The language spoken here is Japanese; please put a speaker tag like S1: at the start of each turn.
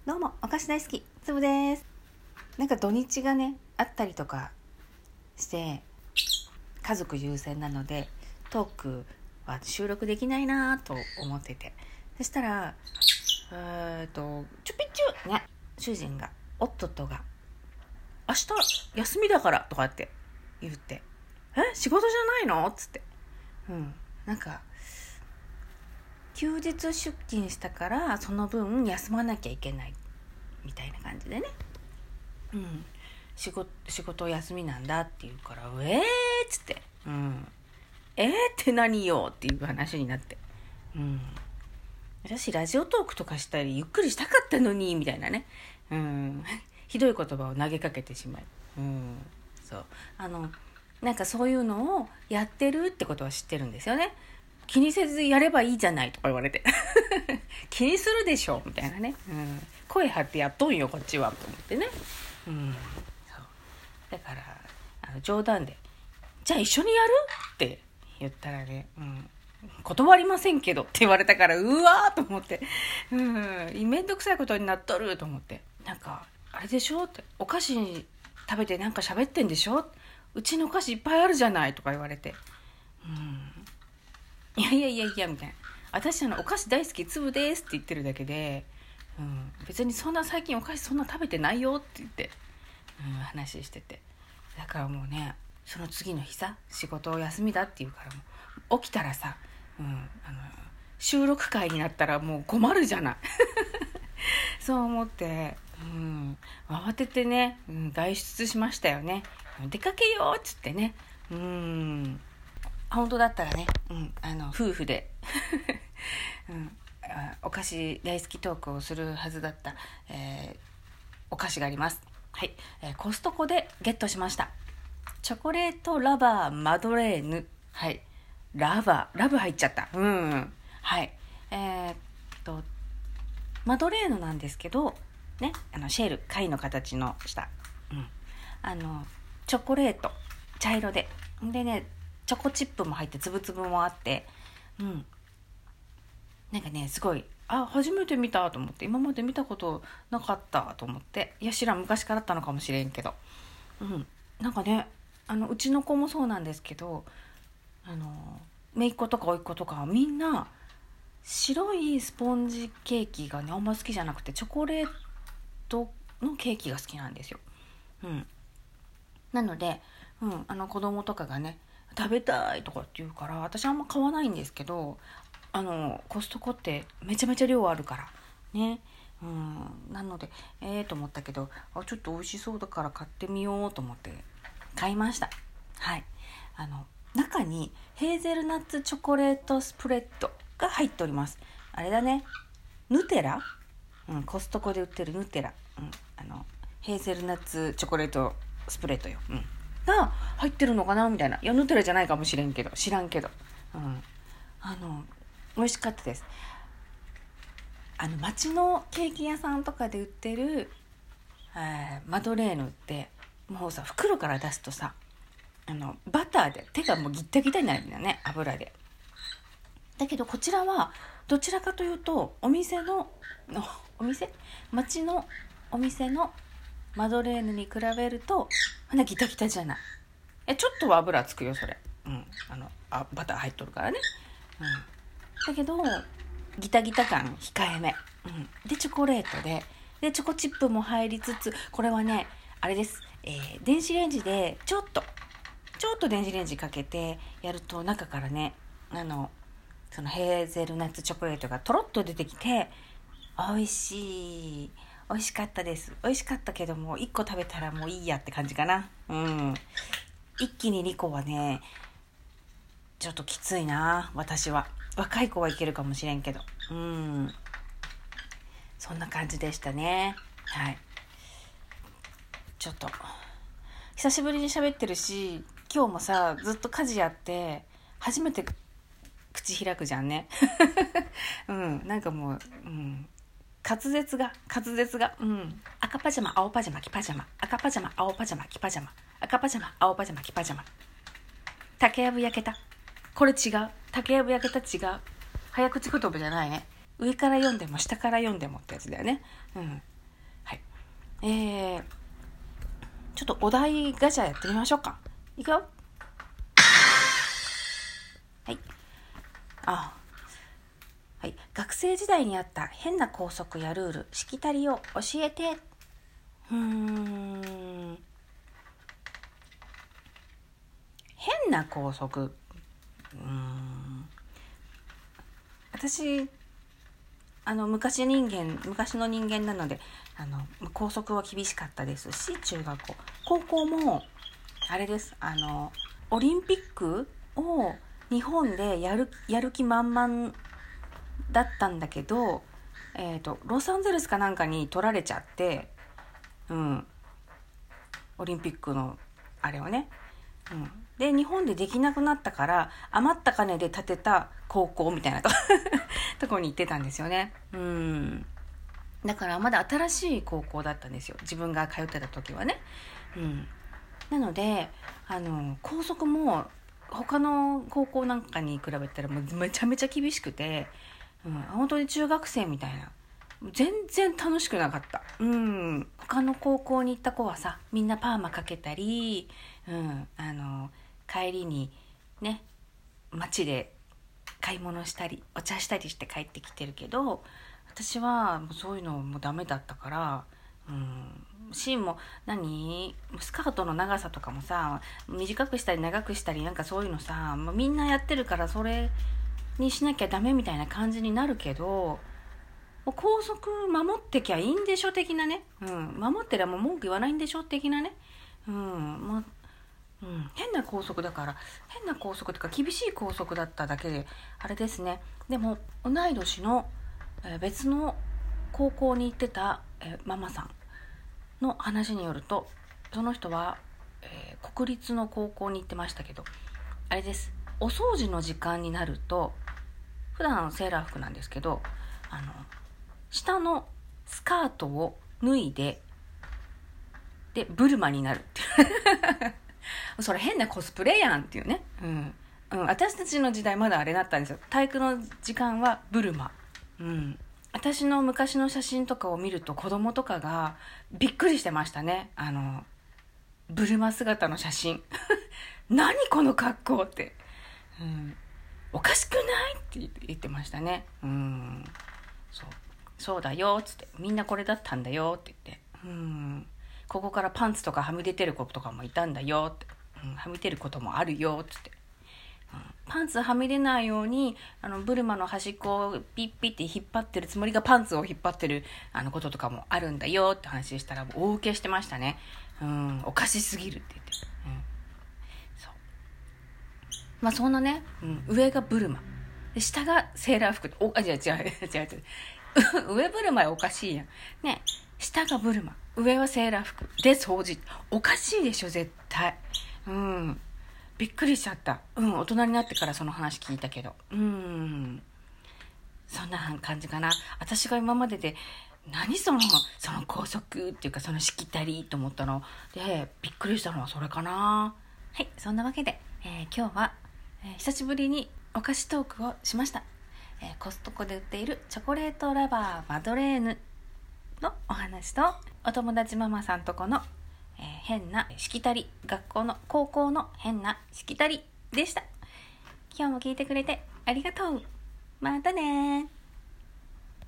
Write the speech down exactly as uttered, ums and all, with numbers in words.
S1: どうもお菓子大好きつぶです。なんか土日がねあったりとかして家族優先なのでトークは収録できないなと思ってて、そしたらえーとちょぴっちゅね主人が夫とが明日休みだからとかって言ってえ仕事じゃないのっつってうんなんか休日出勤したからその分休まなきゃいけないみたいな感じでね、うん、仕事仕事休みなんだって言うからえーっつって、うん、えーって何よっていう話になって、うん、私ラジオトークとかしたりゆっくりしたかったのにみたいなね、うん、ひどい言葉を投げかけてしまい、うん、そうあのなんかそういうのをやってるってことは知ってるんですよね。気にせずやればいいじゃないとか言われて気にするでしょみたいなね、うん、声張ってやっとんよこっちはと思ってね、うん、そうだからあの冗談でじゃあ一緒にやるって言ったらね、うん、断りませんけどって言われたからうわーと思って、うん、めんどくさいことになっとると思って、なんかあれでしょってお菓子食べてなんか喋ってんでしょ、うちのお菓子いっぱいあるじゃないとか言われて、うんいやいやいやいやみたいな、私あのお菓子大好きつぶですって言ってるだけで、うん、別にそんな最近お菓子そんな食べてないよって言って、うん、話してて、だからもうねその次の日さ仕事を休みだって言うからもう起きたらさ、うん、あの収録会になったらもう困るじゃないそう思って、うん、慌ててね、うん、外出しましたよね。出かけようっつってね、うん本当だったらね、うん、あの夫婦で、うん、お菓子大好きトークをするはずだった、えー、お菓子があります。はい、えー、コストコでゲットしました。チョコレートラバーマドレーヌ。はい、ラバーラブ入っちゃった。うん、はい、えー、っとマドレーヌなんですけどね、あのシェル貝の形のした、うん、あのチョコレート茶色ででねチョコチップも入ってつぶつぶもあって、うん、なんかねすごいあ初めて見たと思って、今まで見たことなかったと思って、いや知らん昔からあったのかもしれんけど、うん、なんかねあのうちの子もそうなんですけど、あの姪っ子とか甥っ子とかみんな白いスポンジケーキがねあんま好きじゃなくてチョコレートのケーキが好きなんですよ、うん、なので、うん、あの子供とかがね食べたいとかって言うから私あんま買わないんですけど、あのコストコってめちゃめちゃ量あるからね、うん、なのでええー、と思ったけどあちょっと美味しそうだから買ってみようと思って買いました。はい、あの中にヘーゼルナッツチョコレートスプレッドが入っております。あれだねヌテラ、うん、コストコで売ってるヌテラ、うん、あのヘーゼルナッツチョコレートスプレッドよ、うんが入ってるのかなみたいな。いやヌテラじゃないかもしれんけど知らんけど、うん、あの美味しかったです。あの街のケーキ屋さんとかで売ってる、えー、マドレーヌってもうさ袋から出すとさあのバターで手がもうギッタギタになるんだよね、油で。だけどこちらはどちらかというとお店のお店街のお店のマドレーヌに比べるとまだギタギタじゃない。えちょっとは油つくよそれ、うん、あのあバター入っとるからね、うん、だけどギタギタ感控えめ、うん、でチョコレートででチョコチップも入りつつ、これはねあれです、えー、電子レンジでちょっとちょっと電子レンジかけてやると中からねあのそのヘーゼルナッツチョコレートがとろっと出てきて美味しい美味しかったです。美味しかったけどもいっこ食べたらもういいやって感じかな。うん。一気ににこはねちょっときついな私は。若い子はいけるかもしれんけど、うん。そんな感じでしたね。はい。ちょっと久しぶりに喋ってるし、今日もさずっと家事やって初めて口開くじゃんね。うん。なんかもう、うん。滑舌が滑舌が、うん、赤パジャマ青パジャマ黄パジャマ赤パジャマ青パジャマ黄パジャマ赤パジャマ青パジャマ黄パジャマ竹やぶ焼けた、これ違う、竹やぶ焼けた違う、早口言葉じゃないね。上から読んでも下から読んでもってやつだよね。うんえー、ちょっとお題ガチャやってみましょうか。いくよ。はい。あはい。学生時代にあった変な校則やルール、しきたりを教えて。うーん。変な校則。うーん。私、あの昔人間昔の人間なので、あの校則は厳しかったですし、中学校高校もあれです。あのオリンピックを日本でやるやる気満々だったんだけど、えーと、ロサンゼルスかなんかに取られちゃって、うん、オリンピックのあれをね、うん、で日本でできなくなったから余った金で建てた高校みたいなとところに行ってたんですよね。うん。だからまだ新しい高校だったんですよ、自分が通ってた時はね。うん。なのであの校則も他の高校なんかに比べたらもうめちゃめちゃ厳しくて、うん、本当に中学生みたいな、全然楽しくなかった。うん。他の高校に行った子はさ、みんなパーマかけたり、うん、あの帰りにね、街で買い物したりお茶したりして帰ってきてるけど、私はもうそういうのもダメだったから、うん、シーンも何スカートの長さとかもさ、短くしたり長くしたりなんかそういうのさ、もうみんなやってるからそれにしなきゃダメみたいな感じになるけど、校則守ってきゃいいんでしょ的なね、うん、守ってりゃもう文句言わないんでしょ的なね、うん、もううん、変な校則だから変な校則っていうか厳しい校則だっただけであれですね。でも同い年の、えー別の高校に行ってた、えーママさんの話によると、その人は、えー国立の高校に行ってましたけど、あれです、お掃除の時間になると、普段セーラー服なんですけど、あの下のスカートを脱いででブルマになるっていうそれ変なコスプレやんっていうね、うんうん、私たちの時代まだあれだったんですよ。体育の時間はブルマ、うん、私の昔の写真とかを見ると子供とかがびっくりしてましたね。あのブルマ姿の写真何この格好って、うん、おかしくないって言ってましたね。うん、そうそうだよっつって、みんなこれだったんだよって言って、うん、ここからパンツとかはみ出てる子とかもいたんだよって、うん、はみ出ることもあるよっつって、うん、パンツはみ出ないようにあのブルマの端っこをピッピッって引っ張ってるつもりがパンツを引っ張ってるあのこととかもあるんだよって話したら大受けしてましたね。うん、おかしすぎるって言って、うん、そうまあそんなね、うん、上がブルマで下がセーラー服、おあ違う違う違う違う上ブルマはおかしいやんね。下がブルマ、上はセーラー服で掃除、おかしいでしょ絶対。うん、びっくりしちゃった。うん、大人になってからその話聞いたけど、うん、そんな感じかな。私が今までで何そのその校則っていうかそのしきたりと思ったのでびっくりしたのはそれかな。はい、そんなわけで、えー、今日は、えー、久しぶりにお菓子トークをしました。えー、コストコで売っているチョコレートラバーマドレーヌのお話と、お友達ママさんとこの、えー、変なしきたり、学校の高校の変なしきたりでした。今日も聞いてくれてありがとう。またね。